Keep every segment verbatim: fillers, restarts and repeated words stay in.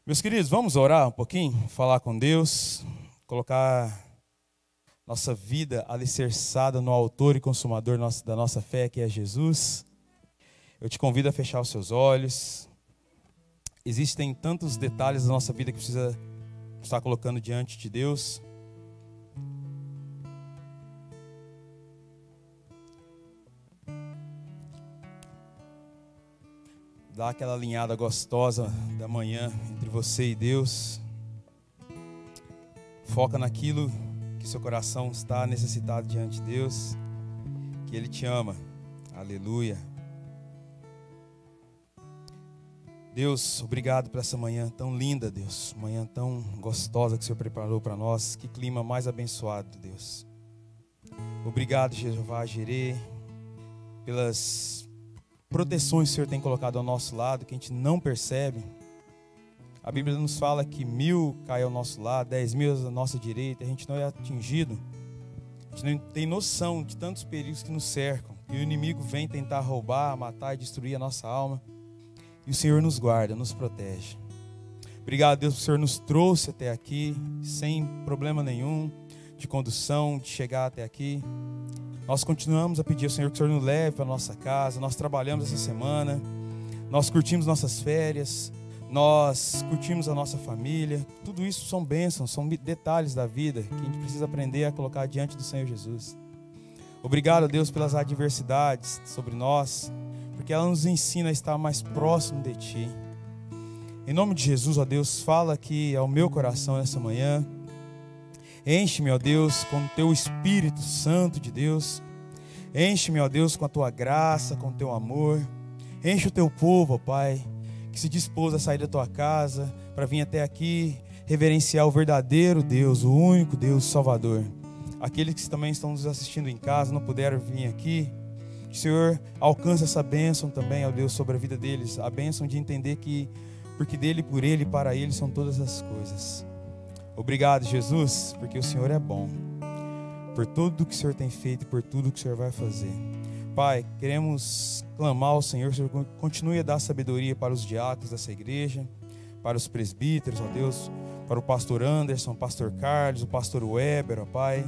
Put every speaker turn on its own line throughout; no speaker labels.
Meus queridos, vamos orar um pouquinho, falar com Deus, colocar nossa vida alicerçada no autor e consumador da nossa fé, que é Jesus. Eu te convido a fechar os seus olhos. Existem tantos detalhes da nossa vida que precisa estar colocando diante de Deus. Dá aquela alinhada gostosa da manhã entre você e Deus. Foca naquilo que seu coração está necessitado diante de Deus, que Ele te ama. Aleluia. Deus, obrigado por essa manhã tão linda, Deus. Manhã tão gostosa que o Senhor preparou para nós. Que clima mais abençoado, Deus. Obrigado, Jeová Jireh, pelas proteções que o Senhor tem colocado ao nosso lado, que a gente não percebe. A Bíblia nos fala que mil cai ao nosso lado, dez mil à nossa direita, a gente não é atingido. A gente não tem noção de tantos perigos que nos cercam. E o inimigo vem tentar roubar, matar e destruir a nossa alma. E o Senhor nos guarda, nos protege. Obrigado, Deus, que o Senhor nos trouxe até aqui, sem problema nenhum de condução, de chegar até aqui. Nós continuamos a pedir ao Senhor que o Senhor nos leve para a nossa casa. Nós trabalhamos essa semana, nós curtimos nossas férias, nós curtimos a nossa família. Tudo isso são bênçãos, são detalhes da vida que a gente precisa aprender a colocar diante do Senhor Jesus. Obrigado, Deus, pelas adversidades sobre nós, porque ela nos ensina a estar mais próximo de Ti. Em nome de Jesus, ó Deus, fala aqui ao meu coração nessa manhã. Enche-me, ó Deus, com o Teu Espírito Santo de Deus. Enche-me, ó Deus, com a Tua graça, com o Teu amor. Enche o Teu povo, ó Pai, que se dispôs a sair da Tua casa para vir até aqui reverenciar o verdadeiro Deus, o único Deus Salvador. Aqueles que também estão nos assistindo em casa, não puderam vir aqui, que o Senhor alcance essa bênção também, ó Deus, sobre a vida deles. A bênção de entender que, porque dele, por ele e para ele são todas as coisas. Obrigado, Jesus, porque o Senhor é bom, por tudo que o Senhor tem feito e por tudo que o Senhor vai fazer. Pai, queremos clamar ao Senhor, o Senhor continue a dar sabedoria para os diáconos dessa igreja, para os presbíteros, ó Deus, para o pastor Anderson, o pastor Carlos, o pastor Weber, ó Pai,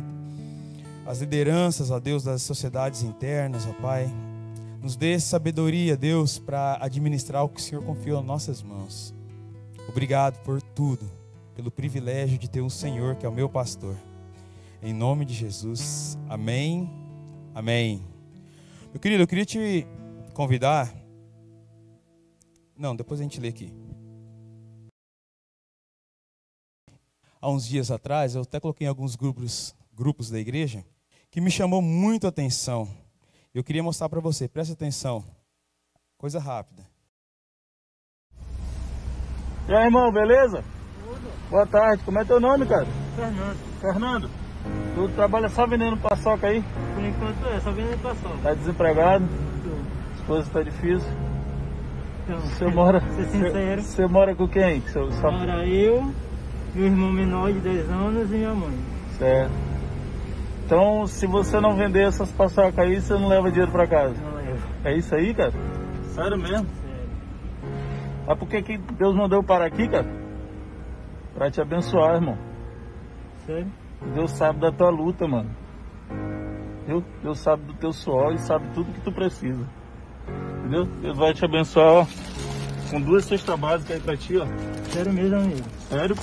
as lideranças, ó Deus, das sociedades internas, ó Pai. Nos dê sabedoria, Deus, para administrar o que o Senhor confiou em nossas mãos. Obrigado por tudo, pelo privilégio de ter um Senhor que é o meu pastor. Em nome de Jesus, amém, amém. Meu querido, eu queria te convidar. Não, depois a gente lê aqui. Há uns dias atrás, eu até coloquei em alguns grupos, grupos da igreja, que me chamou muito a atenção. Eu queria mostrar para você, presta atenção. Coisa rápida.
E aí, irmão, beleza? Boa tarde, como é teu nome, cara?
Fernando.
Fernando? Tu trabalha só vendendo paçoca aí?
Por enquanto é, só vendendo paçoca.
Tá desempregado?
Tô.
As coisas tá difícil?
Então,
Você mora...
ser sincero.
Você mora com quem? Seu, só...
Mora eu, meu irmão menor de dez anos e minha mãe.
Certo. Então, se você não vender essas paçocas aí, você não leva dinheiro pra casa?
Não levo.
É isso aí, cara? Sério mesmo?
Sério.
Mas por que que Deus mandou eu parar aqui, cara? Pra te abençoar, irmão.
Sério?
Deus sabe da tua luta, mano. Deus, Deus sabe do teu suor e sabe tudo que tu precisa. Entendeu? Deus vai te abençoar, ó, com duas cestas básicas aí pra ti, ó.
Sério mesmo, amigo.
Sério?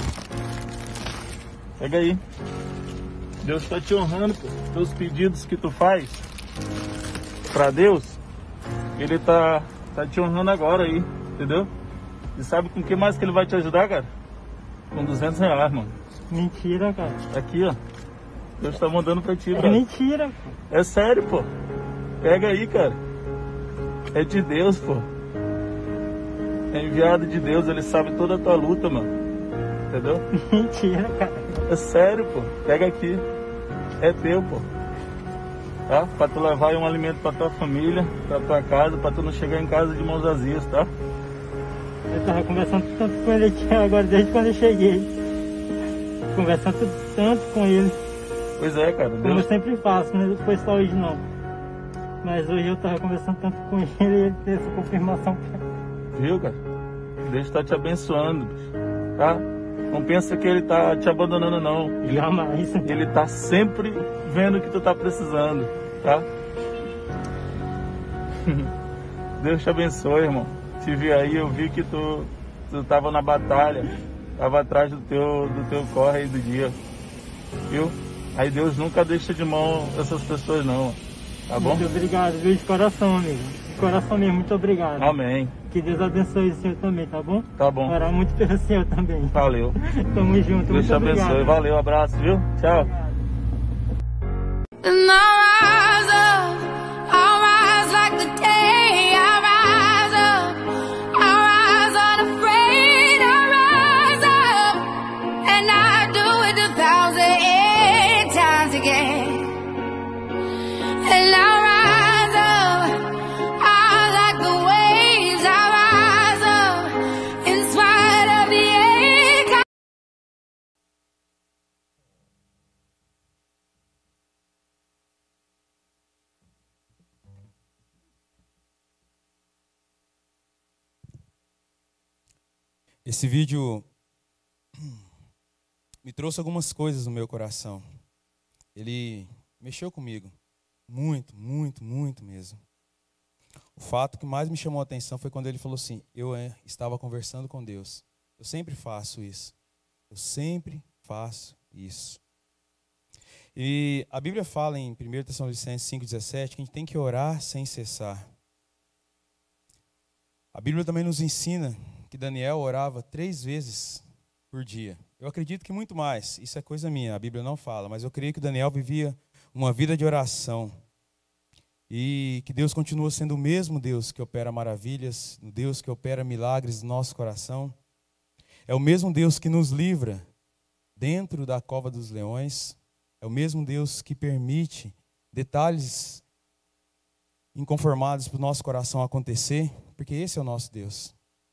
Pega aí. Deus tá te honrando, pô. Teus pedidos que tu faz pra Deus, Ele tá, tá te honrando agora aí, entendeu? E sabe com o que mais que Ele vai te ajudar, cara? Com duzentos reais, mano.
Mentira, cara.
Aqui, ó. Deus tá mandando pra ti,
É
cara.
mentira, pô.
É sério, pô. Pega aí, cara. É de Deus, pô. É enviado de Deus, Ele sabe toda a tua luta, mano. Entendeu?
Mentira, cara.
É sério, pô. Pega aqui. É teu, pô. Tá? Pra tu levar aí um alimento pra tua família, pra tua casa, pra tu não chegar em casa de mãos vazias, tá?
Eu tava conversando tanto com ele aqui agora, desde quando eu cheguei. Conversando tanto com ele.
Pois é, cara.
Como
Deus...
eu sempre faço, mas não foi só hoje não. Mas hoje eu tava conversando tanto com ele e ele teve essa confirmação.
Viu, cara? Deus tá te abençoando, bicho. tá? Não pensa que ele tá te abandonando, não. Ele,
Jamais.
ele tá sempre vendo o que tu tá precisando, tá? Deus te abençoe, irmão. Te vi aí, eu vi que tu, tu tava na batalha, tava atrás do teu, do teu corre aí do dia, viu? Aí Deus nunca deixa de mão essas pessoas, não, tá bom?
Muito obrigado, viu? De coração, amigo. De coração mesmo, muito obrigado.
Amém.
Que Deus abençoe o senhor também, tá bom?
Tá bom.
Orar muito pelo senhor também.
Valeu.
Tamo junto,
Deus
muito
te abençoe.
obrigado.
Valeu, abraço, viu? Tchau.
And I rise up, I rise like the day, I rise up, I rise unafraid, I rise up, and I do it a thousand times again. And I rise up, I like the waves, I rise up, in spite of the ache.
Esse vídeo me trouxe algumas coisas no meu coração. Ele mexeu comigo. Muito, muito, muito mesmo. O fato que mais me chamou a atenção foi quando ele falou assim: eu é, estava conversando com Deus. Eu sempre faço isso. Eu sempre faço isso. E a Bíblia fala em primeira Tessalonicenses cinco, dezessete que a gente tem que orar sem cessar. A Bíblia também nos ensina que Daniel orava três vezes por dia. Eu acredito que muito mais. Isso é coisa minha, a Bíblia não fala. Mas eu creio que Daniel vivia uma vida de oração. E que Deus continua sendo o mesmo Deus que opera maravilhas, o Deus que opera milagres no nosso coração. É o mesmo Deus que nos livra dentro da cova dos leões. É o mesmo Deus que permite detalhes inconformados para o nosso coração acontecer, porque esse é o nosso Deus.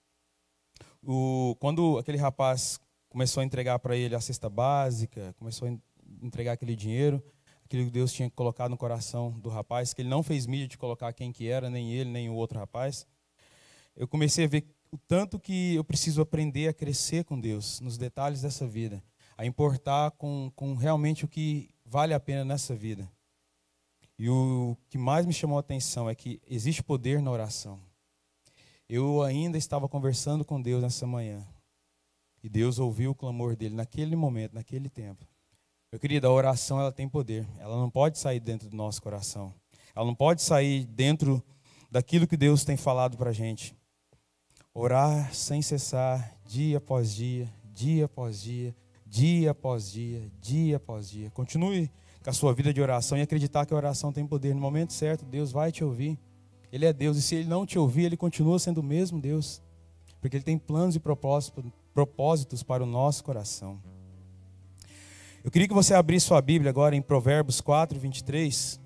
O, quando aquele rapaz começou a entregar para ele a cesta básica, começou a entregar aquele dinheiro, aquilo que Deus tinha colocado no coração do rapaz, que ele não fez mídia de colocar quem que era, nem ele, nem o outro rapaz, eu comecei a ver o tanto que eu preciso aprender a crescer com Deus, nos detalhes dessa vida, a importar com, com realmente o que vale a pena nessa vida. E o que mais me chamou a atenção é que existe poder na oração. Eu ainda estava conversando com Deus nessa manhã. E Deus ouviu o clamor dele naquele momento, naquele tempo. Meu querido, a oração ela tem poder. Ela não pode sair dentro do nosso coração. Ela não pode sair dentro daquilo que Deus tem falado para a gente. Orar sem cessar, dia após dia, dia após dia, dia após dia, dia após dia. Continue com a sua vida de oração e acreditar que a oração tem poder. No momento certo, Deus vai te ouvir. Ele é Deus, e se Ele não te ouvir, Ele continua sendo o mesmo Deus. Porque Ele tem planos e propósitos para o nosso coração. Eu queria que você abrisse sua Bíblia agora em Provérbios quatro, vinte e três.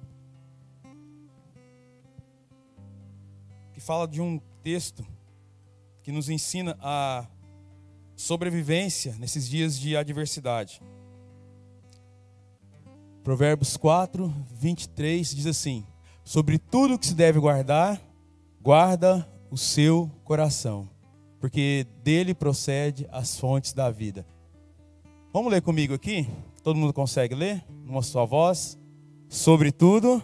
Que fala de um texto que nos ensina a sobrevivência nesses dias de adversidade. Provérbios quatro, vinte e três diz assim: sobre tudo que se deve guardar, guarda o seu coração, porque dele procede as fontes da vida. Vamos ler comigo aqui? Todo mundo consegue ler? Numa só voz. Sobre tudo.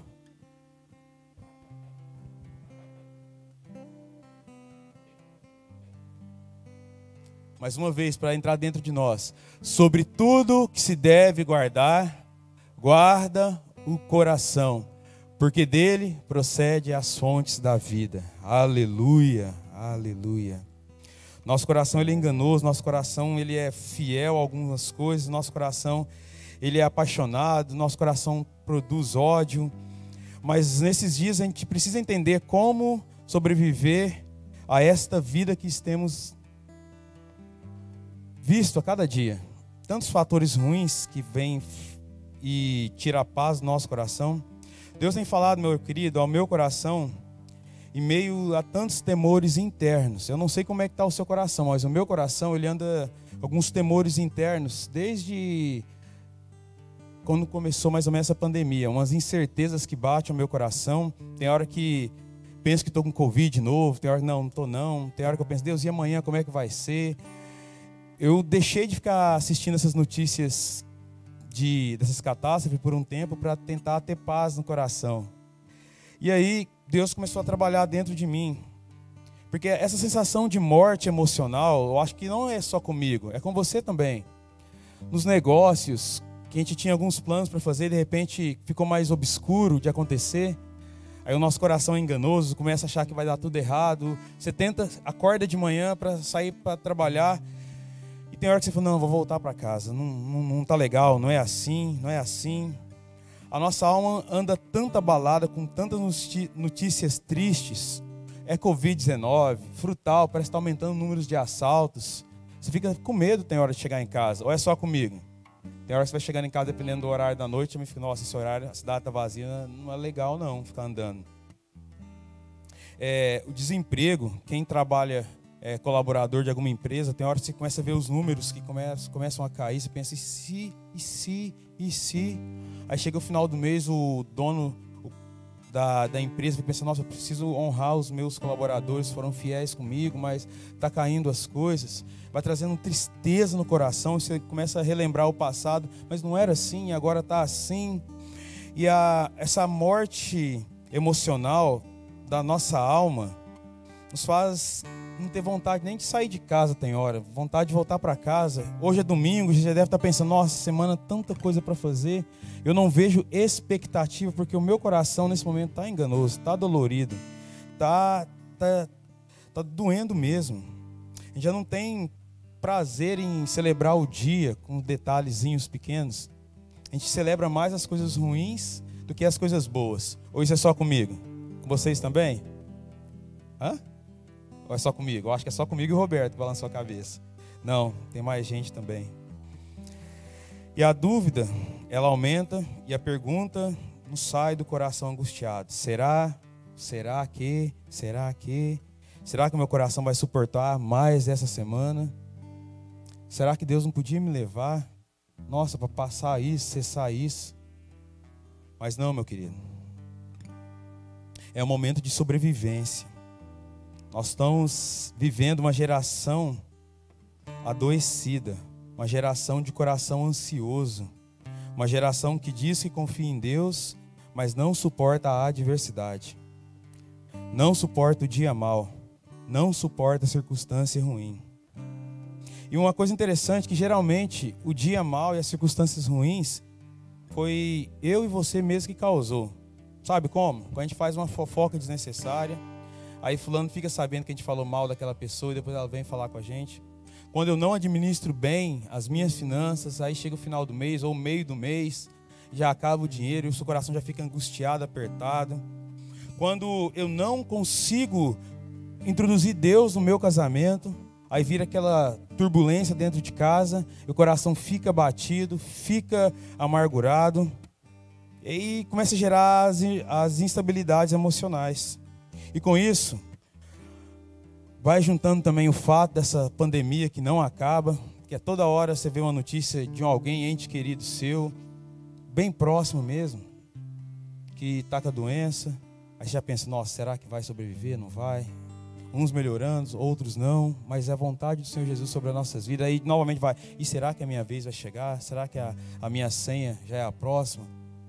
Mais uma vez, para entrar dentro de nós. Sobre tudo que se deve guardar, guarda o coração, porque dele procede as fontes da vida. Aleluia, aleluia. Nosso coração ele é enganoso, nosso coração ele é fiel a algumas coisas, nosso coração ele é apaixonado, nosso coração produz ódio. Mas nesses dias a gente precisa entender como sobreviver a esta vida que temos visto a cada dia. Tantos fatores ruins que vêm e tiram a paz do nosso coração. Deus tem falado, meu querido, ao meu coração, em meio a tantos temores internos. Eu não sei como é que está o seu coração, mas o meu coração, ele anda com alguns temores internos, desde quando começou mais ou menos essa pandemia. Umas incertezas que batem ao meu coração. Tem hora que penso que estou com Covid de novo, tem hora que não, não estou não. Tem hora que eu penso, Deus, e amanhã como é que vai ser? eu deixei de ficar assistindo essas notícias de, dessas catástrofes por um tempo para tentar ter paz no coração. E aí Deus começou a trabalhar dentro de mim. Porque essa sensação de morte emocional, eu acho que não é só comigo, é com você também. Nos negócios, que a gente tinha alguns planos para fazer, de repente ficou mais obscuro de acontecer. Aí o nosso coração é enganoso, começa a achar que vai dar tudo errado. Você tenta, acorda de manhã para sair para trabalhar. E tem hora que você fala, não, vou voltar para casa. Não, não, não tá legal, não é assim, não é assim. A nossa alma anda tanta abalada, com tantas notícias tristes. É covid dezenove, frutal, parece que está aumentando o número de assaltos. Você fica com medo, tem hora de chegar em casa. Ou é só comigo? Tem hora que você vai chegando em casa, dependendo do horário da noite, eu me fico, nossa, esse horário, a cidade está vazia, não é legal não, ficar andando. É, o desemprego, quem trabalha, é colaborador de alguma empresa, tem hora que você começa a ver os números que começam, começam a cair, você pensa, e se, e se, e se? Aí chega o final do mês, o dono da, da empresa vai pensar, nossa, eu preciso honrar os meus colaboradores, foram fiéis comigo, mas está caindo as coisas. Vai trazendo tristeza no coração, você começa a relembrar o passado, mas não era assim, agora está assim. E a, essa morte emocional da nossa alma nos faz não ter vontade nem de sair de casa, tem hora, vontade de voltar para casa. Hoje é domingo, você já deve estar pensando, nossa, semana tanta coisa para fazer. Eu não vejo expectativa, porque o meu coração nesse momento está enganoso, está dolorido, está tá, tá doendo mesmo. A gente já não tem prazer em celebrar o dia com detalhezinhos pequenos. A gente celebra mais as coisas ruins do que as coisas boas. Ou isso é só comigo? Com vocês também? Hã? Ou é só comigo? Eu acho que é só comigo e o Roberto que balançou a cabeça. Não, tem mais gente também. E a dúvida, ela aumenta e a pergunta não sai do coração angustiado. Será? Será que? Será que? Será que o meu coração vai suportar mais essa semana? Será que Deus não podia me levar? Nossa, para passar isso, cessar isso. Mas não, meu querido. É um momento de sobrevivência. Nós estamos vivendo uma geração adoecida. Uma geração de coração ansioso. Uma geração que diz que confia em Deus, mas não suporta a adversidade. Não suporta o dia mau. Não suporta a circunstância ruim. E uma coisa interessante, que geralmente o dia mau e as circunstâncias ruins foi eu e você mesmo que causou. Sabe como? Quando a gente faz uma fofoca desnecessária, aí fulano fica sabendo que a gente falou mal daquela pessoa e depois ela vem falar com a gente. Quando eu não administro bem as minhas finanças, aí chega o final do mês ou o meio do mês, já acaba o dinheiro e o seu coração já fica angustiado, apertado. Quando eu não consigo introduzir Deus no meu casamento, aí vira aquela turbulência dentro de casa, e o coração fica batido, fica amargurado, e aí começa a gerar as, as instabilidades emocionais. E com isso, vai juntando também o fato dessa pandemia que não acaba, que é toda hora você vê uma notícia de alguém, ente querido seu, bem próximo mesmo, que está com a doença. Aí você já pensa, nossa, será que vai sobreviver? Não vai? Uns melhorando, outros não, mas é a vontade do Senhor Jesus sobre as nossas vidas. Aí novamente vai, e será que a minha vez vai chegar? Será que a, a minha senha já é a próxima?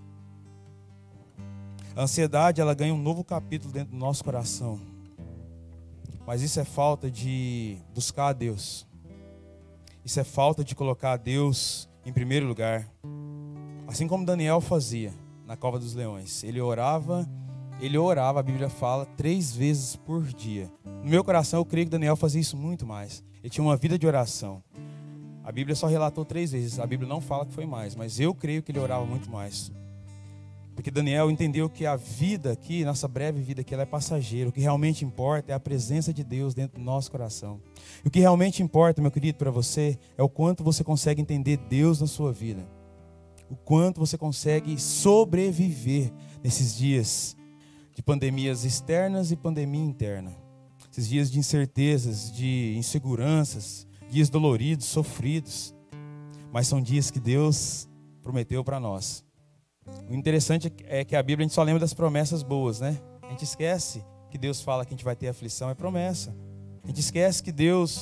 A ansiedade, ela ganha um novo capítulo dentro do nosso coração. Mas isso é falta de buscar a Deus. Isso é falta de colocar a Deus em primeiro lugar. Assim como Daniel fazia na cova dos leões. Ele orava, ele orava, a Bíblia fala, três vezes por dia. No meu coração eu creio que Daniel fazia isso muito mais. Ele tinha uma vida de oração. A Bíblia só relatou três vezes. A Bíblia não fala que foi mais, mas eu creio que ele orava muito mais. Porque Daniel entendeu que a vida aqui, nossa breve vida aqui, ela é passageira. O que realmente importa é a presença de Deus dentro do nosso coração. E o que realmente importa, meu querido, para você, é o quanto você consegue entender Deus na sua vida. O quanto você consegue sobreviver nesses dias de pandemias externas e pandemia interna. Esses dias de incertezas, de inseguranças, dias doloridos, sofridos. Mas são dias que Deus prometeu para nós. O interessante é que a Bíblia a gente só lembra das promessas boas, né? A gente esquece que Deus fala que a gente vai ter aflição, é promessa. A gente esquece que Deus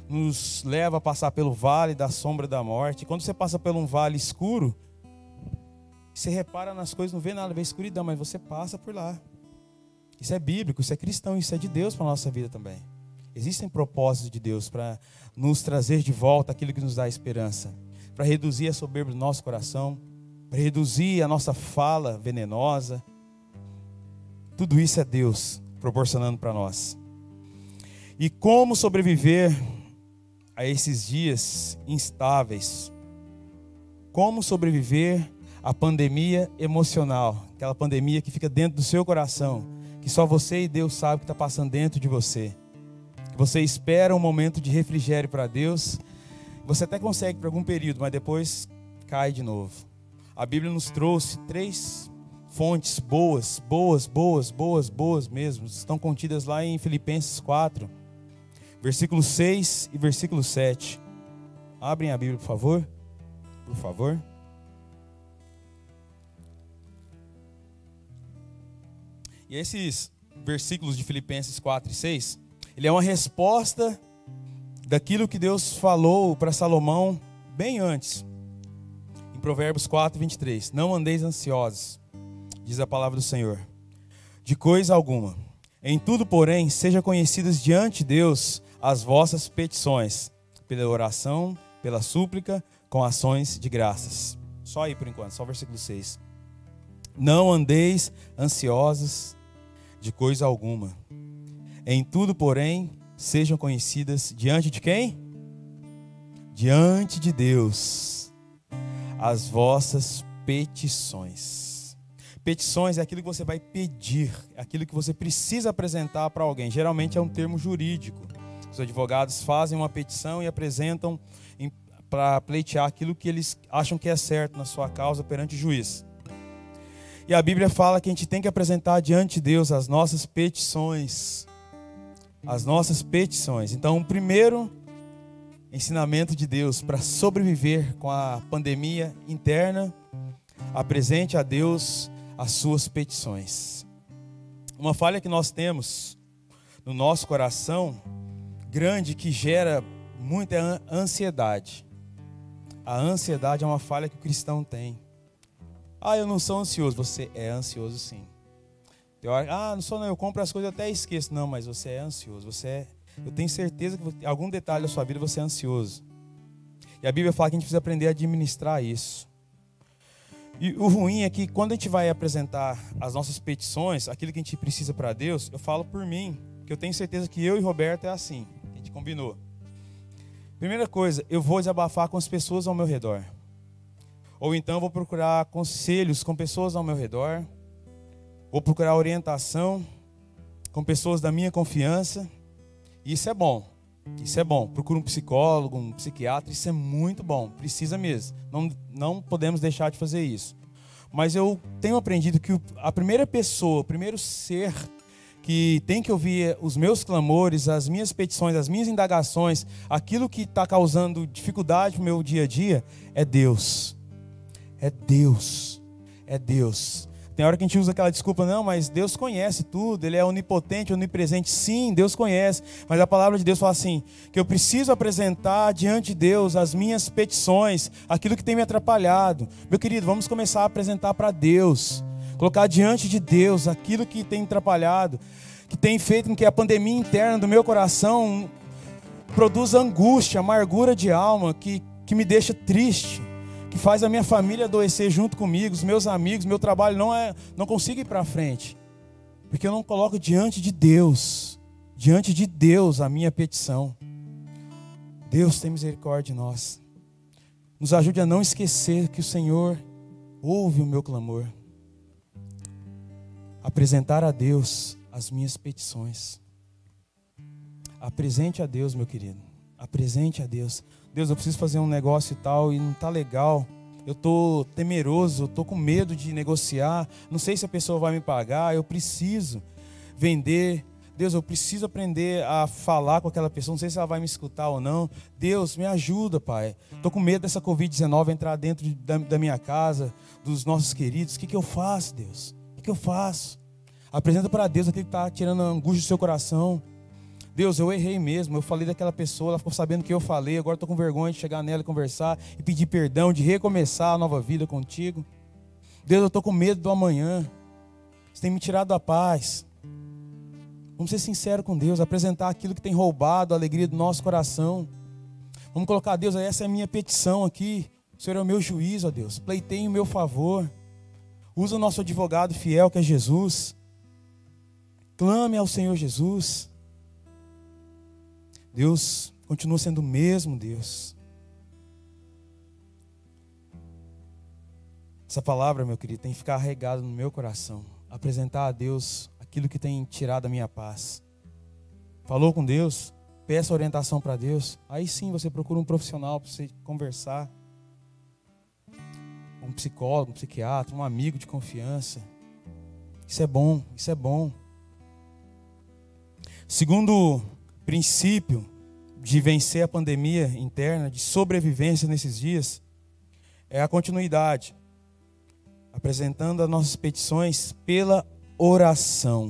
nos leva a passar pelo vale da sombra da morte. Quando você passa por um vale escuro, você repara nas coisas, não vê nada, vê escuridão, mas você passa por lá. Isso é bíblico, isso é cristão, isso é de Deus para a nossa vida também. Existem propósitos de Deus para nos trazer de volta aquilo que nos dá esperança, para reduzir a soberba do nosso coração, para reduzir a nossa fala venenosa. Tudo isso é Deus proporcionando para nós. E como sobreviver a esses dias instáveis? Como sobreviver à pandemia emocional? Aquela pandemia que fica dentro do seu coração, que só você e Deus sabem que está passando dentro de você. Que você espera um momento de refrigério para Deus. Você até consegue por algum período, mas depois cai de novo. A Bíblia nos trouxe três fontes boas, boas, boas, boas, boas mesmo. Estão contidas lá em Filipenses quatro. Versículo seis e versículo sete. Abrem a Bíblia, por favor. Por favor. E esses versículos de Filipenses quatro e seis, ele é uma resposta daquilo que Deus falou para Salomão bem antes. Em Provérbios quatro, vinte e três. Não andeis ansiosos, diz a palavra do Senhor, de coisa alguma. Em tudo, porém, sejam conhecidas diante de Deus as vossas petições, pela oração, pela súplica, com ações de graças. Só aí por enquanto, só o versículo seis. Não andeis ansiosos de coisa alguma. Em tudo, porém, sejam conhecidas diante de quem? Diante de Deus, as vossas petições. Petições é aquilo que você vai pedir, aquilo que você precisa apresentar para alguém. Geralmente é um termo jurídico. Os advogados fazem uma petição e apresentam para pleitear aquilo que eles acham que é certo na sua causa perante o juiz. E a Bíblia fala que a gente tem que apresentar diante de Deus as nossas petições. As nossas petições. Então, o primeiro ensinamento de Deus para sobreviver com a pandemia interna, apresente a Deus as suas petições. Uma falha que nós temos no nosso coração grande, que gera muita ansiedade. A ansiedade é uma falha que o cristão tem. Ah, eu não sou ansioso. Você é ansioso sim. Ah, não sou não, eu compro as coisas e até esqueço. Não, mas você é ansioso. Você é, eu tenho certeza que algum detalhe da sua vida você é ansioso. E a Bíblia fala que a gente precisa aprender a administrar isso. E o ruim é que quando a gente vai apresentar as nossas petições, aquilo que a gente precisa para Deus, eu falo por mim, que eu tenho certeza que eu e Roberto é assim. A gente combinou. Primeira coisa, eu vou desabafar com as pessoas ao meu redor. Ou então eu vou procurar conselhos com pessoas ao meu redor. Vou procurar orientação com pessoas da minha confiança. E isso é bom. Isso é bom. Procura um psicólogo, um psiquiatra. Isso é muito bom. Precisa mesmo. Não, não podemos deixar de fazer isso. Mas eu tenho aprendido que a primeira pessoa, o primeiro ser que tem que ouvir os meus clamores, as minhas petições, as minhas indagações, aquilo que está causando dificuldade no meu dia a dia, é Deus. É Deus. É Deus. Tem hora que a gente usa aquela desculpa, não, mas Deus conhece tudo, Ele é onipotente, onipresente. Sim, Deus conhece, mas a palavra de Deus fala assim, que eu preciso apresentar diante de Deus as minhas petições, aquilo que tem me atrapalhado. Meu querido, vamos começar a apresentar para Deus, colocar diante de Deus aquilo que tem me atrapalhado, que tem feito com que a pandemia interna do meu coração produza angústia, amargura de alma, que, que me deixa triste, que faz a minha família adoecer junto comigo, os meus amigos, meu trabalho não, é, não consigo ir para frente, porque eu não coloco diante de Deus, diante de Deus a minha petição. Deus tem misericórdia de nós, nos ajude a não esquecer que o Senhor ouve o meu clamor, apresentar a Deus as minhas petições. Apresente a Deus, meu querido, apresente a Deus. Deus, eu preciso fazer um negócio e tal, e não está legal. Eu estou temeroso, eu estou com medo de negociar. Não sei se a pessoa vai me pagar, eu preciso vender. Deus, eu preciso aprender a falar com aquela pessoa, não sei se ela vai me escutar ou não. Deus, me ajuda, Pai. Estou com medo dessa covid dezenove entrar dentro da, da minha casa, dos nossos queridos. O que, que eu faço, Deus? O que, que eu faço? Apresenta para Deus aquilo que está tirando a angústia do seu coração. Deus, eu errei mesmo, eu falei daquela pessoa, ela ficou sabendo que eu falei, agora estou com vergonha de chegar nela e conversar e pedir perdão, de recomeçar a nova vida contigo. Deus, eu estou com medo do amanhã, você tem me tirado a paz. Vamos ser sinceros com Deus, apresentar aquilo que tem roubado a alegria do nosso coração. Vamos colocar, Deus, essa é a minha petição aqui, o Senhor é o meu juiz, ó Deus, pleiteie em meu favor. Usa o nosso advogado fiel que é Jesus. Clame ao Senhor Jesus. Deus continua sendo o mesmo Deus. Essa palavra, meu querido, tem que ficar arraigada no meu coração. Apresentar a Deus aquilo que tem tirado a minha paz. Falou com Deus, peça orientação para Deus. Aí sim você procura um profissional para você conversar. Um psicólogo, um psiquiatra, um amigo de confiança. Isso é bom, isso é bom. Segundo princípio de vencer a pandemia interna, de sobrevivência nesses dias, é a continuidade. Apresentando as nossas petições pela oração.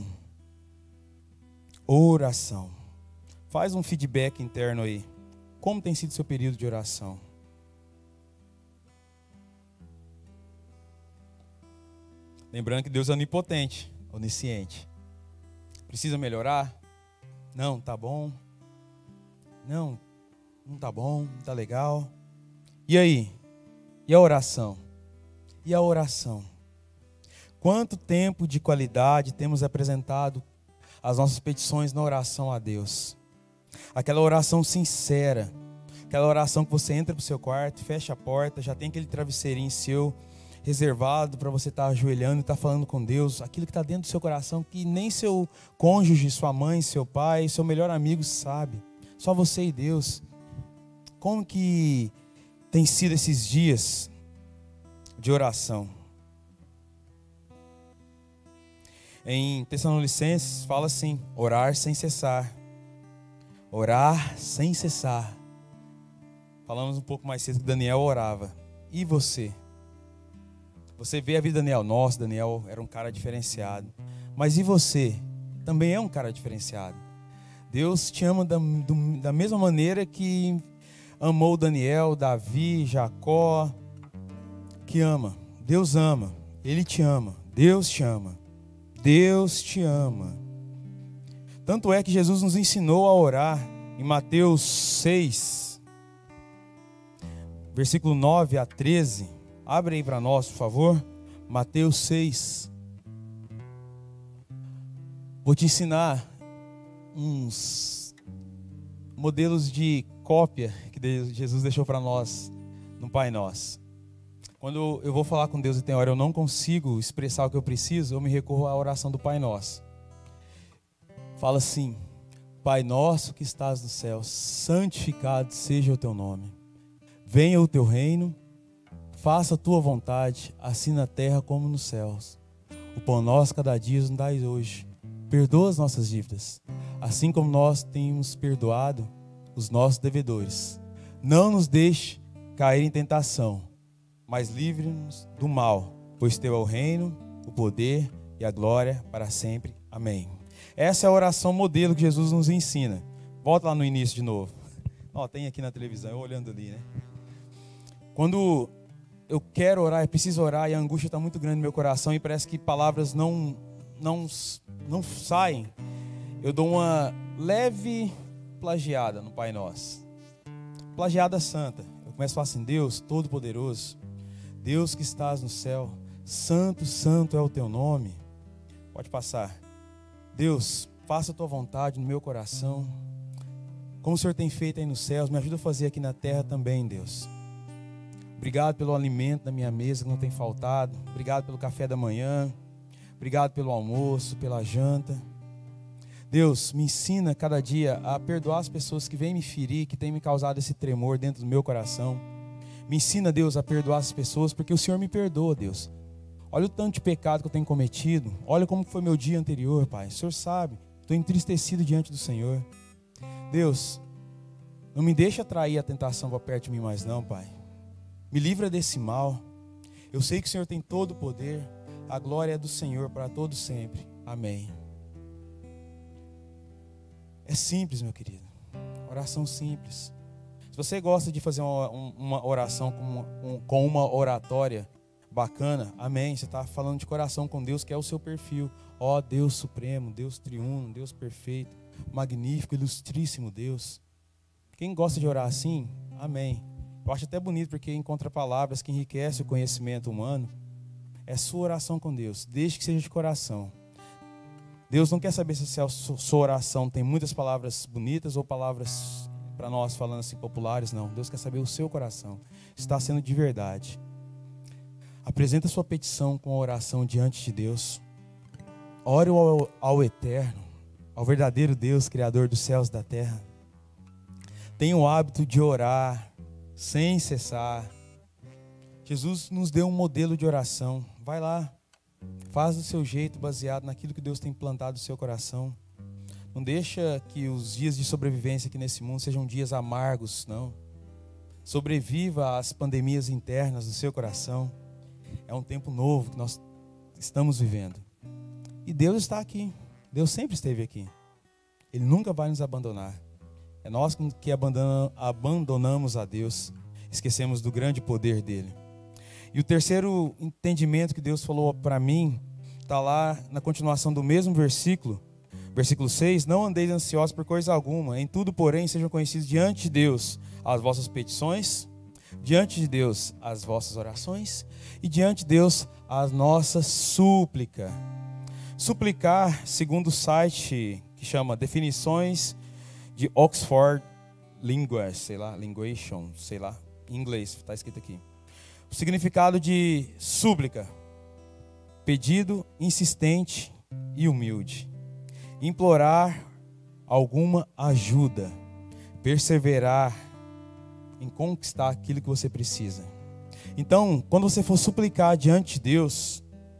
Oração. Faz um feedback interno aí. Como tem sido seu período de oração? Lembrando que Deus é onipotente, onisciente. Precisa melhorar? Não, tá bom. Não, não tá bom, não tá legal. E aí? E a oração? E a oração? Quanto tempo de qualidade temos apresentado as nossas petições na oração a Deus? Aquela oração sincera, aquela oração que você entra para o seu quarto, fecha a porta, já tem aquele travesseirinho seu reservado para você estar ajoelhando e estar falando com Deus, aquilo que está dentro do seu coração, que nem seu cônjuge, sua mãe, seu pai, seu melhor amigo sabe, só você e Deus. Como que tem sido esses dias de oração? Em Tessalonicenses fala assim: orar sem cessar. Orar sem cessar. Falamos um pouco mais cedo que Daniel orava. E você? Você vê a vida de Daniel. Nossa, Daniel era um cara diferenciado. Mas e você? Também é um cara diferenciado. Deus te ama da, do, da mesma maneira que amou Daniel, Davi, Jacó. Que ama. Deus ama. Ele te ama. Deus te ama. Deus te ama. Tanto é que Jesus nos ensinou a orar em Mateus seis, versículo nove a treze. Abre aí para nós, por favor. Mateus seis. Vou te ensinar uns modelos de cópia que Jesus deixou para nós no Pai Nosso. Quando eu vou falar com Deus e tem hora eu não consigo expressar o que eu preciso, eu me recorro à oração do Pai Nosso. Fala assim: Pai nosso que estás no céu, santificado seja o teu nome. Venha o teu reino, faça a tua vontade, assim na terra como nos céus. O pão nosso cada dia nos dai hoje. Perdoa as nossas dívidas, assim como nós temos perdoado os nossos devedores. Não nos deixe cair em tentação, mas livre-nos do mal, pois teu é o reino, o poder e a glória para sempre. Amém. Essa é a oração modelo que Jesus nos ensina. Volta lá no início de novo. Ó, tem aqui na televisão, eu olhando ali, né? Quando eu quero orar, eu preciso orar e a angústia está muito grande no meu coração e parece que palavras não, não, não saem, eu dou uma leve plagiada no Pai Nosso. Plagiada santa. Eu começo a falar assim: Deus Todo-Poderoso, Deus que estás no céu, santo, santo é o teu nome. Pode passar. Deus, faça a tua vontade no meu coração, como o Senhor tem feito aí nos céus, me ajuda a fazer aqui na terra também, Deus. Obrigado pelo alimento da minha mesa que não tem faltado. Obrigado pelo café da manhã. Obrigado pelo almoço, pela janta. Deus, me ensina cada dia a perdoar as pessoas que vêm me ferir, que têm me causado esse tremor dentro do meu coração. Me ensina, Deus, a perdoar as pessoas, porque o Senhor me perdoa, Deus. Olha o tanto de pecado que eu tenho cometido. Olha como foi meu dia anterior, Pai. O Senhor sabe. Estou entristecido diante do Senhor. Deus, não me deixa atrair a tentação para perto de mim mais não, Pai. Me livra desse mal. Eu sei que o Senhor tem todo o poder. A glória é do Senhor para todos sempre. Amém. É simples, meu querido. Oração simples. Se você gosta de fazer uma, uma oração com uma, um, com uma oratória bacana, amém. Você está falando de coração com Deus, que é o seu perfil. Ó Deus supremo, Deus triuno, Deus perfeito, magnífico, ilustríssimo Deus. Quem gosta de orar assim, amém. Eu acho até bonito, porque encontra palavras que enriquecem o conhecimento humano. É sua oração com Deus, desde que seja de coração. Deus não quer saber se a sua oração tem muitas palavras bonitas ou palavras, para nós falando assim, populares, não. Deus quer saber o seu coração, está sendo de verdade. Apresenta a sua petição com a oração diante de Deus. Ore ao, ao Eterno, ao verdadeiro Deus, Criador dos céus e da terra. Tenha o hábito de orar sem cessar. Jesus nos deu um modelo de oração. Vai lá, faz do seu jeito, baseado naquilo que Deus tem plantado no seu coração. Não deixa que os dias de sobrevivência aqui nesse mundo sejam dias amargos, não. Sobreviva às pandemias internas do seu coração. É um tempo novo que nós estamos vivendo. E Deus está aqui. Deus sempre esteve aqui. Ele nunca vai nos abandonar. É nós que abandonamos a Deus, esquecemos do grande poder dele. E o terceiro entendimento que Deus falou para mim, está lá na continuação do mesmo versículo, versículo seis, não andeis ansiosos por coisa alguma, em tudo, porém, sejam conhecidos diante de Deus as vossas petições, diante de Deus as vossas orações e diante de Deus a nossa súplica. Suplicar, segundo o site que chama Definições de Oxford Linguas, sei lá, Linguation, sei lá, em inglês, está escrito aqui. O significado de súplica: pedido insistente e humilde, implorar alguma ajuda, perseverar em conquistar aquilo que você precisa. Então, quando você for suplicar diante de Deus,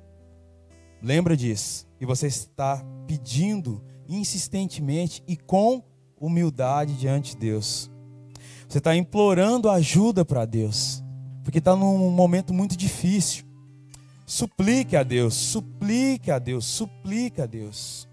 lembra disso, e você está pedindo insistentemente e com humildade diante de Deus. Você está implorando ajuda para Deus, porque está num momento muito difícil. Suplique a Deus, suplique a Deus, suplique a Deus.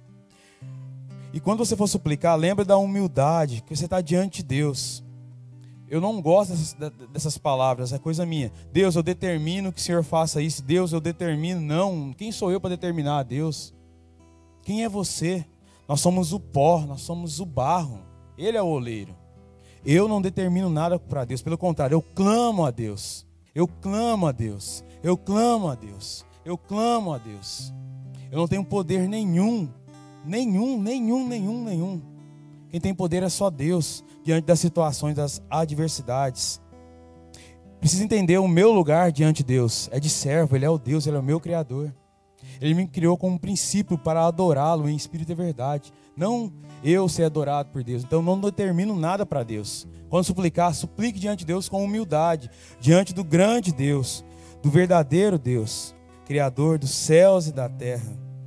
E quando você for suplicar, lembra da humildade, que você está diante de Deus. Eu não gosto dessas, dessas palavras, é coisa minha. Deus, eu determino que o Senhor faça isso. Deus, eu determino. Não, quem sou eu para determinar? Deus. Quem é você? Nós somos o pó, nós somos o barro. Ele é o oleiro. Eu não determino nada para Deus, pelo contrário, eu clamo a Deus. Eu clamo a Deus. Eu clamo a Deus. Eu clamo a Deus. Eu não tenho poder nenhum. Nenhum, nenhum, nenhum, nenhum. Quem tem poder é só Deus, diante das situações, das adversidades. Preciso entender o meu lugar diante de Deus. É de servo, Ele é o Deus, Ele é o meu Criador. Ele me criou como um princípio para adorá-lo em espírito e verdade. Não eu ser adorado por Deus. Então não determino nada para Deus. Quando suplicar, suplique diante de Deus com humildade. Diante do grande Deus, do verdadeiro Deus, Criador dos céus e da terra.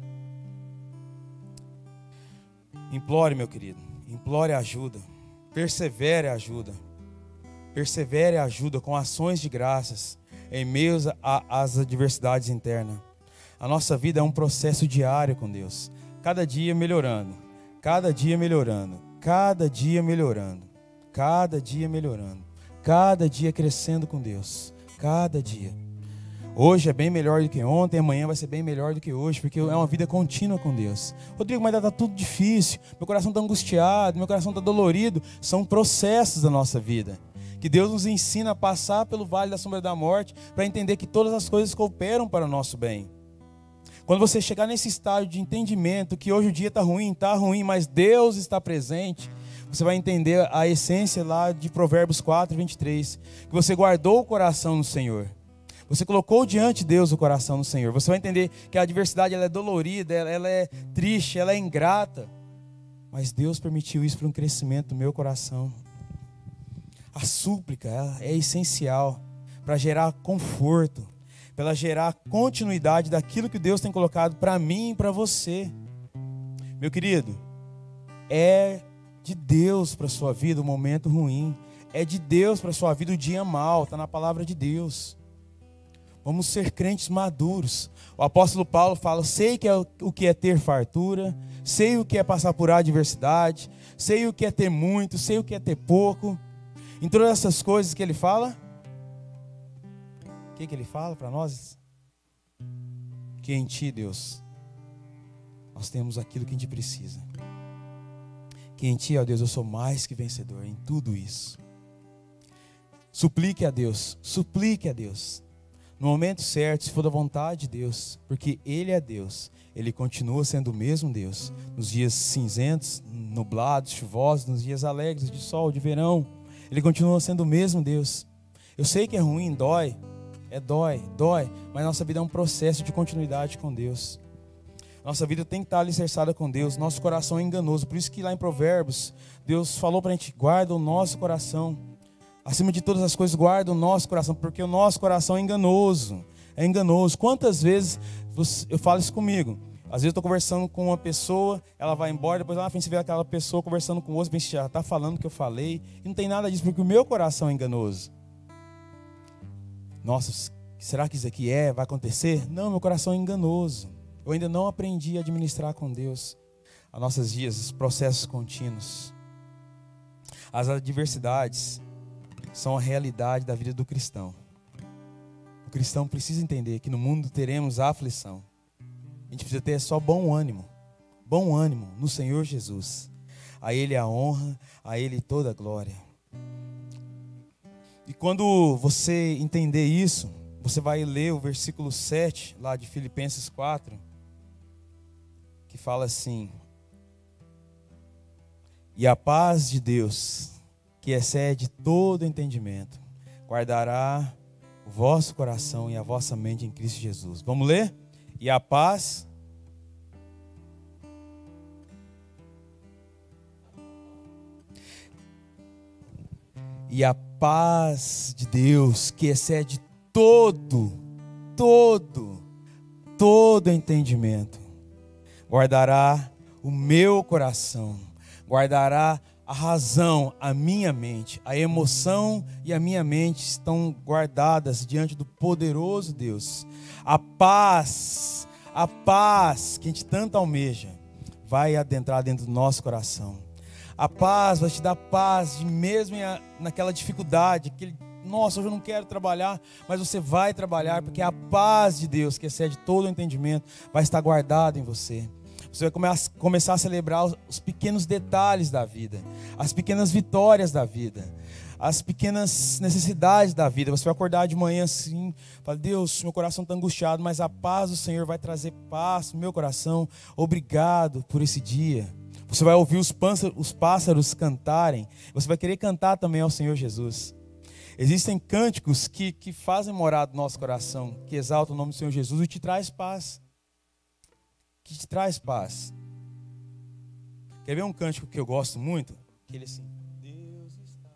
Implore, meu querido. Implore ajuda. Persevere ajuda. Persevere ajuda com ações de graças em meio às adversidades internas. A nossa vida é um processo diário com Deus. Cada dia melhorando. Cada dia melhorando. Cada dia melhorando. Cada dia melhorando. Cada dia crescendo com Deus. Cada dia. Hoje é bem melhor do que ontem. Amanhã vai ser bem melhor do que hoje. Porque é uma vida contínua com Deus. Rodrigo, mas está tudo difícil. Meu coração está angustiado. Meu coração está dolorido. São processos da nossa vida. Que Deus nos ensina a passar pelo vale da sombra da morte. Para entender que todas as coisas cooperam para o nosso bem. Quando você chegar nesse estágio de entendimento que hoje o dia está ruim, está ruim, mas Deus está presente, você vai entender a essência lá de Provérbios quatro, vinte e três, que você guardou o coração no Senhor. Você colocou diante de Deus o coração no Senhor. Você vai entender que a adversidade ela é dolorida, ela, ela é triste, ela é ingrata, mas Deus permitiu isso para um crescimento do meu coração. A súplica ela é essencial para gerar conforto, para ela gerar continuidade daquilo que Deus tem colocado para mim e para você. Meu querido, é de Deus para a sua vida o momento ruim. É de Deus para a sua vida o dia mau. Está na palavra de Deus. Vamos ser crentes maduros. O apóstolo Paulo fala, sei que é o que é ter fartura, sei o que é passar por adversidade, sei o que é ter muito, sei o que é ter pouco. Em todas essas coisas que ele fala, o que, que ele fala para nós? Que em ti, Deus, nós temos aquilo que a gente precisa. Que em ti, ó Deus, eu sou mais que vencedor em tudo isso. Suplique a Deus, suplique a Deus. No momento certo, se for da vontade de Deus, porque Ele é Deus, Ele continua sendo o mesmo Deus. Nos dias cinzentos, nublados, chuvosos, nos dias alegres, de sol, de verão, Ele continua sendo o mesmo Deus. Eu sei que é ruim, dói, é dói, dói, mas nossa vida é um processo de continuidade com Deus. Nossa vida tem que estar alicerçada com Deus, nosso coração é enganoso. Por isso que lá em Provérbios, Deus falou para a gente, guarda o nosso coração. Acima de todas as coisas, guarda o nosso coração, porque o nosso coração é enganoso. É enganoso. Quantas vezes você, eu falo isso comigo? Às vezes eu estou conversando com uma pessoa, ela vai embora, depois lá na frente você vê aquela pessoa conversando com outra, já está falando o que eu falei. E não tem nada disso, porque o meu coração é enganoso. Nossa, será que isso aqui é, vai acontecer? Não, meu coração é enganoso. Eu ainda não aprendi a administrar com Deus as nossas dias, os processos contínuos. As adversidades são a realidade da vida do cristão. O cristão precisa entender que no mundo teremos aflição. A gente precisa ter só bom ânimo. Bom ânimo no Senhor Jesus. A Ele a honra, a Ele toda a glória. E quando você entender isso, você vai ler o versículo sete, lá de Filipenses quatro, que fala assim: e a paz de Deus, que excede todo entendimento, guardará o vosso coração e a vossa mente em Cristo Jesus. Vamos ler? E a paz e a paz de Deus, que excede todo, todo, todo entendimento, guardará o meu coração, guardará a razão, a minha mente, a emoção e a minha mente estão guardadas diante do poderoso Deus. A paz, a paz que a gente tanto almeja, vai adentrar dentro do nosso coração. A paz vai te dar paz, de mesmo naquela dificuldade, aquele, nossa, hoje eu não quero trabalhar, mas você vai trabalhar, porque a paz de Deus, que excede todo o entendimento, vai estar guardada em você. Você vai começar a celebrar os pequenos detalhes da vida, as pequenas vitórias da vida, as pequenas necessidades da vida. Você vai acordar de manhã assim, fala, Deus, meu coração está angustiado, mas a paz do Senhor vai trazer paz no meu coração. Obrigado por esse dia. Você vai ouvir os pássaros, os pássaros cantarem, você vai querer cantar também ao Senhor Jesus. Existem cânticos que, que fazem morar no nosso coração, que exaltam o nome do Senhor Jesus e te traz paz. Que te traz paz. Quer ver um cântico que eu gosto muito? Aquele assim, Deus está.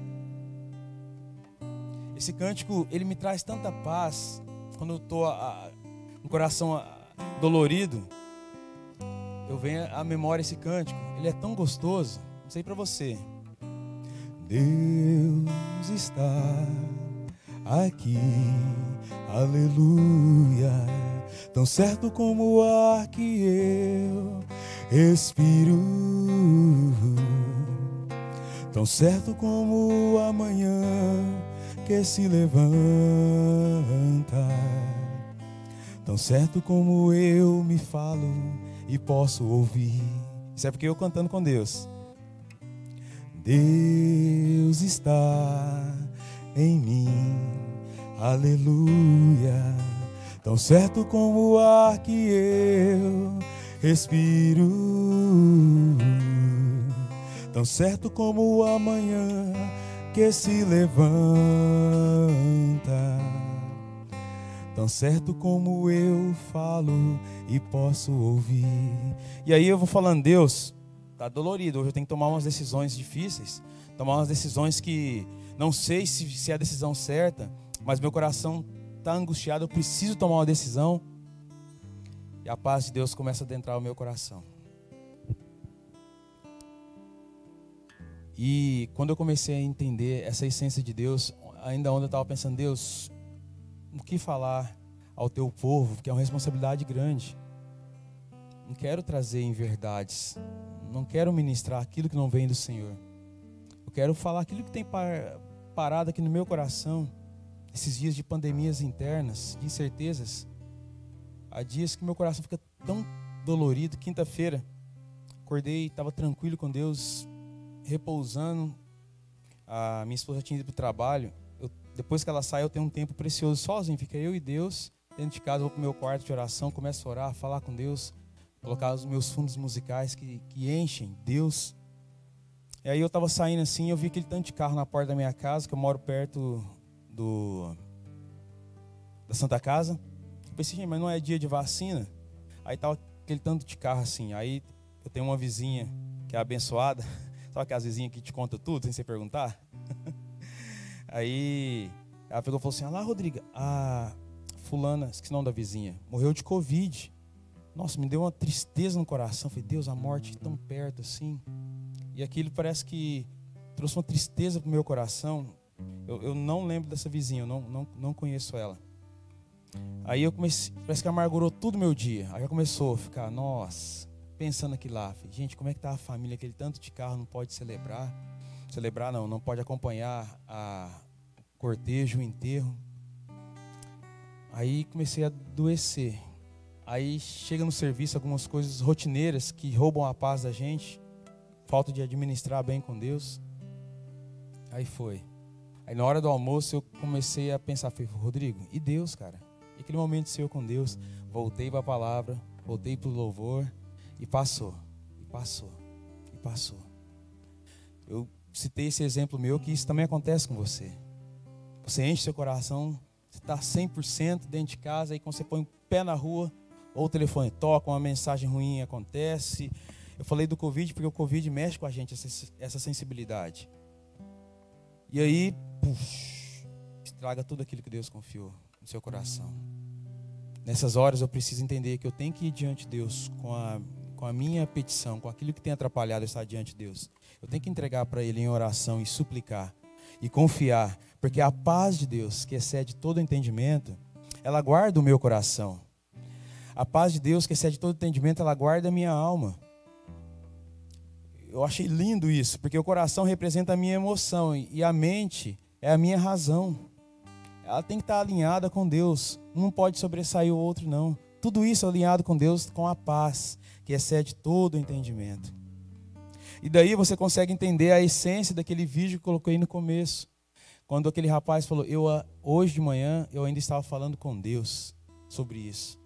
Esse cântico, ele me traz tanta paz. Quando eu estou com o coração a, dolorido, eu venho à memória esse cântico. Ele é tão gostoso. Não sei para você. Deus está aqui, aleluia, tão certo como o ar que eu respiro, tão certo como o amanhã que se levanta, tão certo como eu me falo e posso ouvir. Isso é porque eu cantando com Deus. Deus está em mim, aleluia, tão certo como o ar que eu respiro, tão certo como o amanhã que se levanta, tão certo como eu falo e posso ouvir. E aí eu vou falando, Deus, tá dolorido, hoje eu tenho que tomar umas decisões difíceis, tomar umas decisões que não sei se, se é a decisão certa, mas meu coração está angustiado, eu preciso tomar uma decisão. E a paz de Deus começa a adentrar o meu coração. E quando eu comecei a entender essa essência de Deus, ainda onde eu estava pensando, Deus, o que falar ao teu povo, porque é uma responsabilidade grande. Não quero trazer inverdades, não quero ministrar aquilo que não vem do Senhor. Eu quero falar aquilo que tem parado aqui no meu coração, esses dias de pandemias internas, de incertezas. Há dias que meu coração fica tão dolorido. Quinta-feira, acordei, estava tranquilo com Deus, repousando. A minha esposa tinha ido para o trabalho. Eu, depois que ela sai, eu tenho um tempo precioso sozinho. Fica eu e Deus dentro de casa, vou para o meu quarto de oração, começo a orar, falar com Deus, colocar os meus fundos musicais que, que enchem Deus. E aí eu estava saindo assim, eu vi aquele tanto de carro na porta da minha casa, que eu moro perto do, da Santa Casa. Eu pensei, gente, mas não é dia de vacina? Aí estava aquele tanto de carro assim. Aí eu tenho uma vizinha que é abençoada. Sabe aquelas vizinhas que te contam tudo, sem você perguntar? Aí ela pegou e falou assim, ah lá, Rodrigo, a fulana, esqueci o nome da vizinha, morreu de Covid. Nossa, me deu uma tristeza no coração. Falei, Deus, a morte tão perto assim. E aquilo parece que trouxe uma tristeza para o meu coração. Eu, eu não lembro dessa vizinha, eu não, não, não conheço ela. Aí eu comecei, parece que amargurou todo o meu dia. Aí já começou a ficar, nossa, pensando aqui lá. Falei, gente, como é que tá a família? Aquele tanto de carro não pode celebrar. Celebrar não, não pode acompanhar a cortejo, o enterro. Aí comecei a adoecer. Aí chega no serviço algumas coisas rotineiras que roubam a paz da gente. Falta de administrar bem com Deus. Aí foi. Aí na hora do almoço eu comecei a pensar, falei, Rodrigo, e Deus, cara? E aquele momento seu com Deus, voltei para a palavra, voltei para o louvor e passou, e passou, e passou. Eu citei esse exemplo meu, que isso também acontece com você. Você enche seu coração, você está cem por cento dentro de casa, aí quando você põe o pé na rua, ou o telefone toca, uma mensagem ruim acontece. Eu falei do Covid porque o Covid mexe com a gente, essa, essa sensibilidade. E aí, puxa, estraga tudo aquilo que Deus confiou no seu coração. Nessas horas eu preciso entender que eu tenho que ir diante de Deus com a, com a minha petição, com aquilo que tem atrapalhado eu estar diante de Deus. Eu tenho que entregar para Ele em oração e suplicar e confiar, porque a paz de Deus, que excede todo entendimento, ela guarda o meu coração. A paz de Deus, que excede todo entendimento, ela guarda a minha alma. Eu achei lindo isso, porque o coração representa a minha emoção e a mente é a minha razão. Ela tem que estar alinhada com Deus. Um não pode sobressair o outro, não. Tudo isso alinhado com Deus, com a paz, que excede todo o entendimento. E daí você consegue entender a essência daquele vídeo que eu coloquei no começo. Quando aquele rapaz falou, eu, hoje de manhã eu ainda estava falando com Deus sobre isso.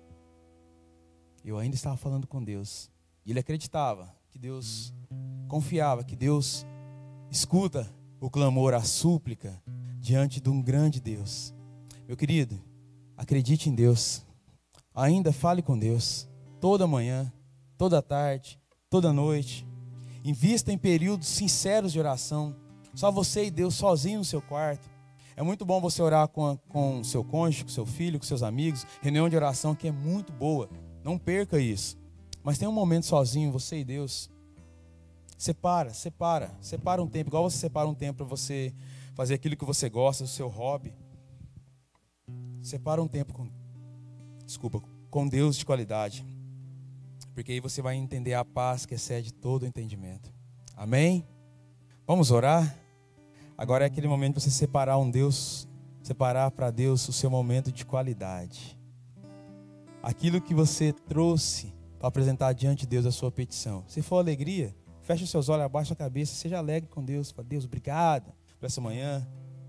Eu ainda estava falando com Deus. E ele acreditava que Deus confiava, que Deus escuta o clamor, a súplica diante de um grande Deus. Meu querido, acredite em Deus. Ainda fale com Deus toda manhã, toda tarde, toda noite. Invista em períodos sinceros de oração. Só você e Deus sozinho no seu quarto. É muito bom você orar com, com o seu cônjuge, com seu filho, com seus amigos. Reunião de oração que é muito boa. Não perca isso. Mas tem um momento sozinho, você e Deus. Separa, separa. Separa um tempo. Igual você separa um tempo para você fazer aquilo que você gosta, o seu hobby. Separa um tempo com, desculpa, com Deus de qualidade. Porque aí você vai entender a paz que excede todo o entendimento. Amém? Vamos orar? Agora é aquele momento de você separar um Deus, separar para Deus o seu momento de qualidade. Aquilo que você trouxe para apresentar diante de Deus a sua petição. Se for alegria, feche os seus olhos, abaixa a cabeça, seja alegre com Deus. Fala, Deus, obrigado por essa manhã.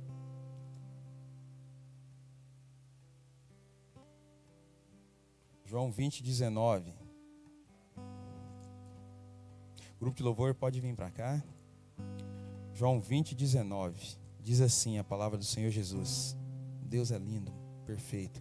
João vinte, dezenove. O grupo de louvor pode vir para cá. João vinte, dezenove. Diz assim a palavra do Senhor Jesus. Deus é lindo, perfeito.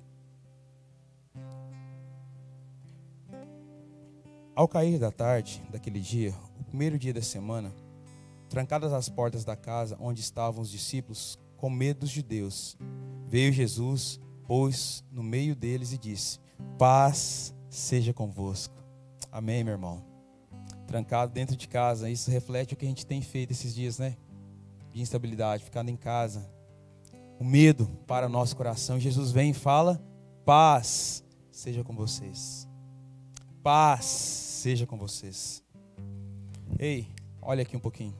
Ao cair da tarde daquele dia, o primeiro dia da semana, trancadas as portas da casa onde estavam os discípulos, com medo dos judeus, veio Jesus, pôs no meio deles e disse, paz seja convosco. Amém, meu irmão? Trancado dentro de casa, isso reflete o que a gente tem feito esses dias, né? De instabilidade, ficando em casa, o medo para o nosso coração. Jesus vem e fala: paz seja com vocês. Paz seja com vocês. Ei, olha aqui um pouquinho.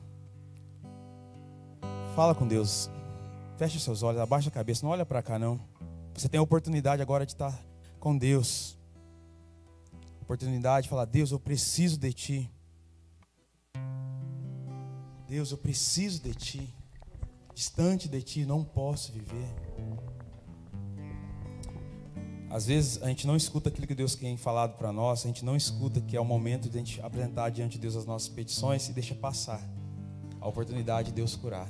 Fala com Deus. Feche os seus olhos, abaixa a cabeça, não olha para cá não. Você tem a oportunidade agora de estar com Deus. Oportunidade de falar: Deus, eu preciso de Ti. Deus, eu preciso de Ti. Distante de Ti, não posso viver. Às vezes a gente não escuta aquilo que Deus tem falado para nós. A gente não escuta que é o momento de a gente apresentar diante de Deus as nossas petições e deixa passar a oportunidade de Deus curar.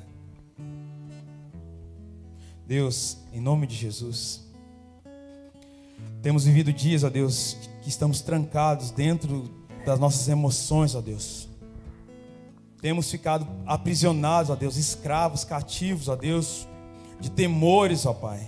Deus, em nome de Jesus, temos vivido dias, ó Deus, que estamos trancados dentro das nossas emoções, ó Deus. Temos ficado aprisionados, ó Deus, escravos, cativos, ó Deus, de temores, ó Pai.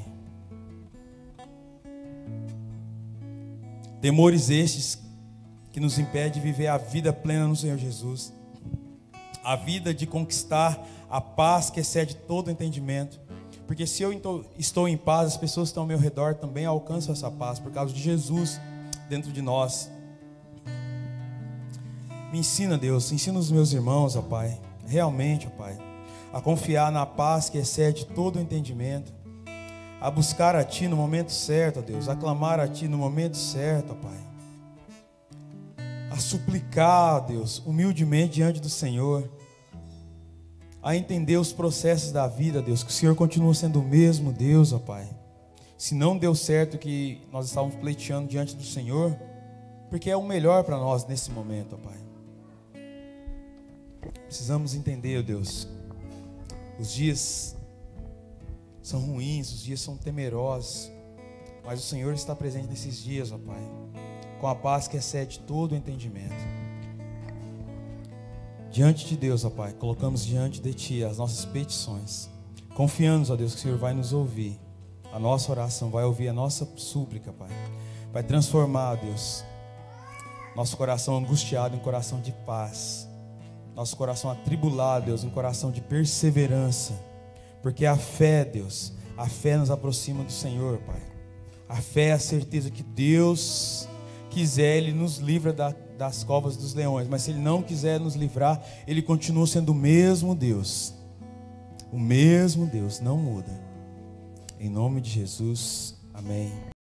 Temores estes que nos impedem de viver a vida plena no Senhor Jesus. A vida de conquistar a paz que excede todo entendimento. Porque se eu estou em paz, as pessoas que estão ao meu redor também alcançam essa paz por causa de Jesus dentro de nós. Me ensina, Deus, ensina os meus irmãos, ó Pai, realmente, ó Pai, a confiar na paz que excede todo o entendimento, a buscar a Ti no momento certo, ó Deus, a clamar a Ti no momento certo, ó Pai, a suplicar, ó Deus, humildemente diante do Senhor, a entender os processos da vida, Deus, que o Senhor continua sendo o mesmo Deus, ó Pai. Se não deu certo o que nós estávamos pleiteando diante do Senhor, porque é o melhor para nós nesse momento, ó Pai. Precisamos entender, ó Deus, os dias são ruins, os dias são temerosos, mas o Senhor está presente nesses dias, ó Pai, com a paz que excede todo o entendimento. Diante de Deus, ó Pai, colocamos diante de Ti as nossas petições, confiando, ó Deus, que o Senhor vai nos ouvir, a nossa oração, vai ouvir a nossa súplica, Pai, vai transformar, ó Deus, nosso coração angustiado em coração de paz, nosso coração atribulado, Deus, em coração de perseverança, porque a fé, Deus, a fé nos aproxima do Senhor, Pai, a fé é a certeza que Deus quiser, Ele nos livra da das covas dos leões, mas se Ele não quiser nos livrar, Ele continua sendo o mesmo Deus, o mesmo Deus, não muda. Em nome de Jesus, amém.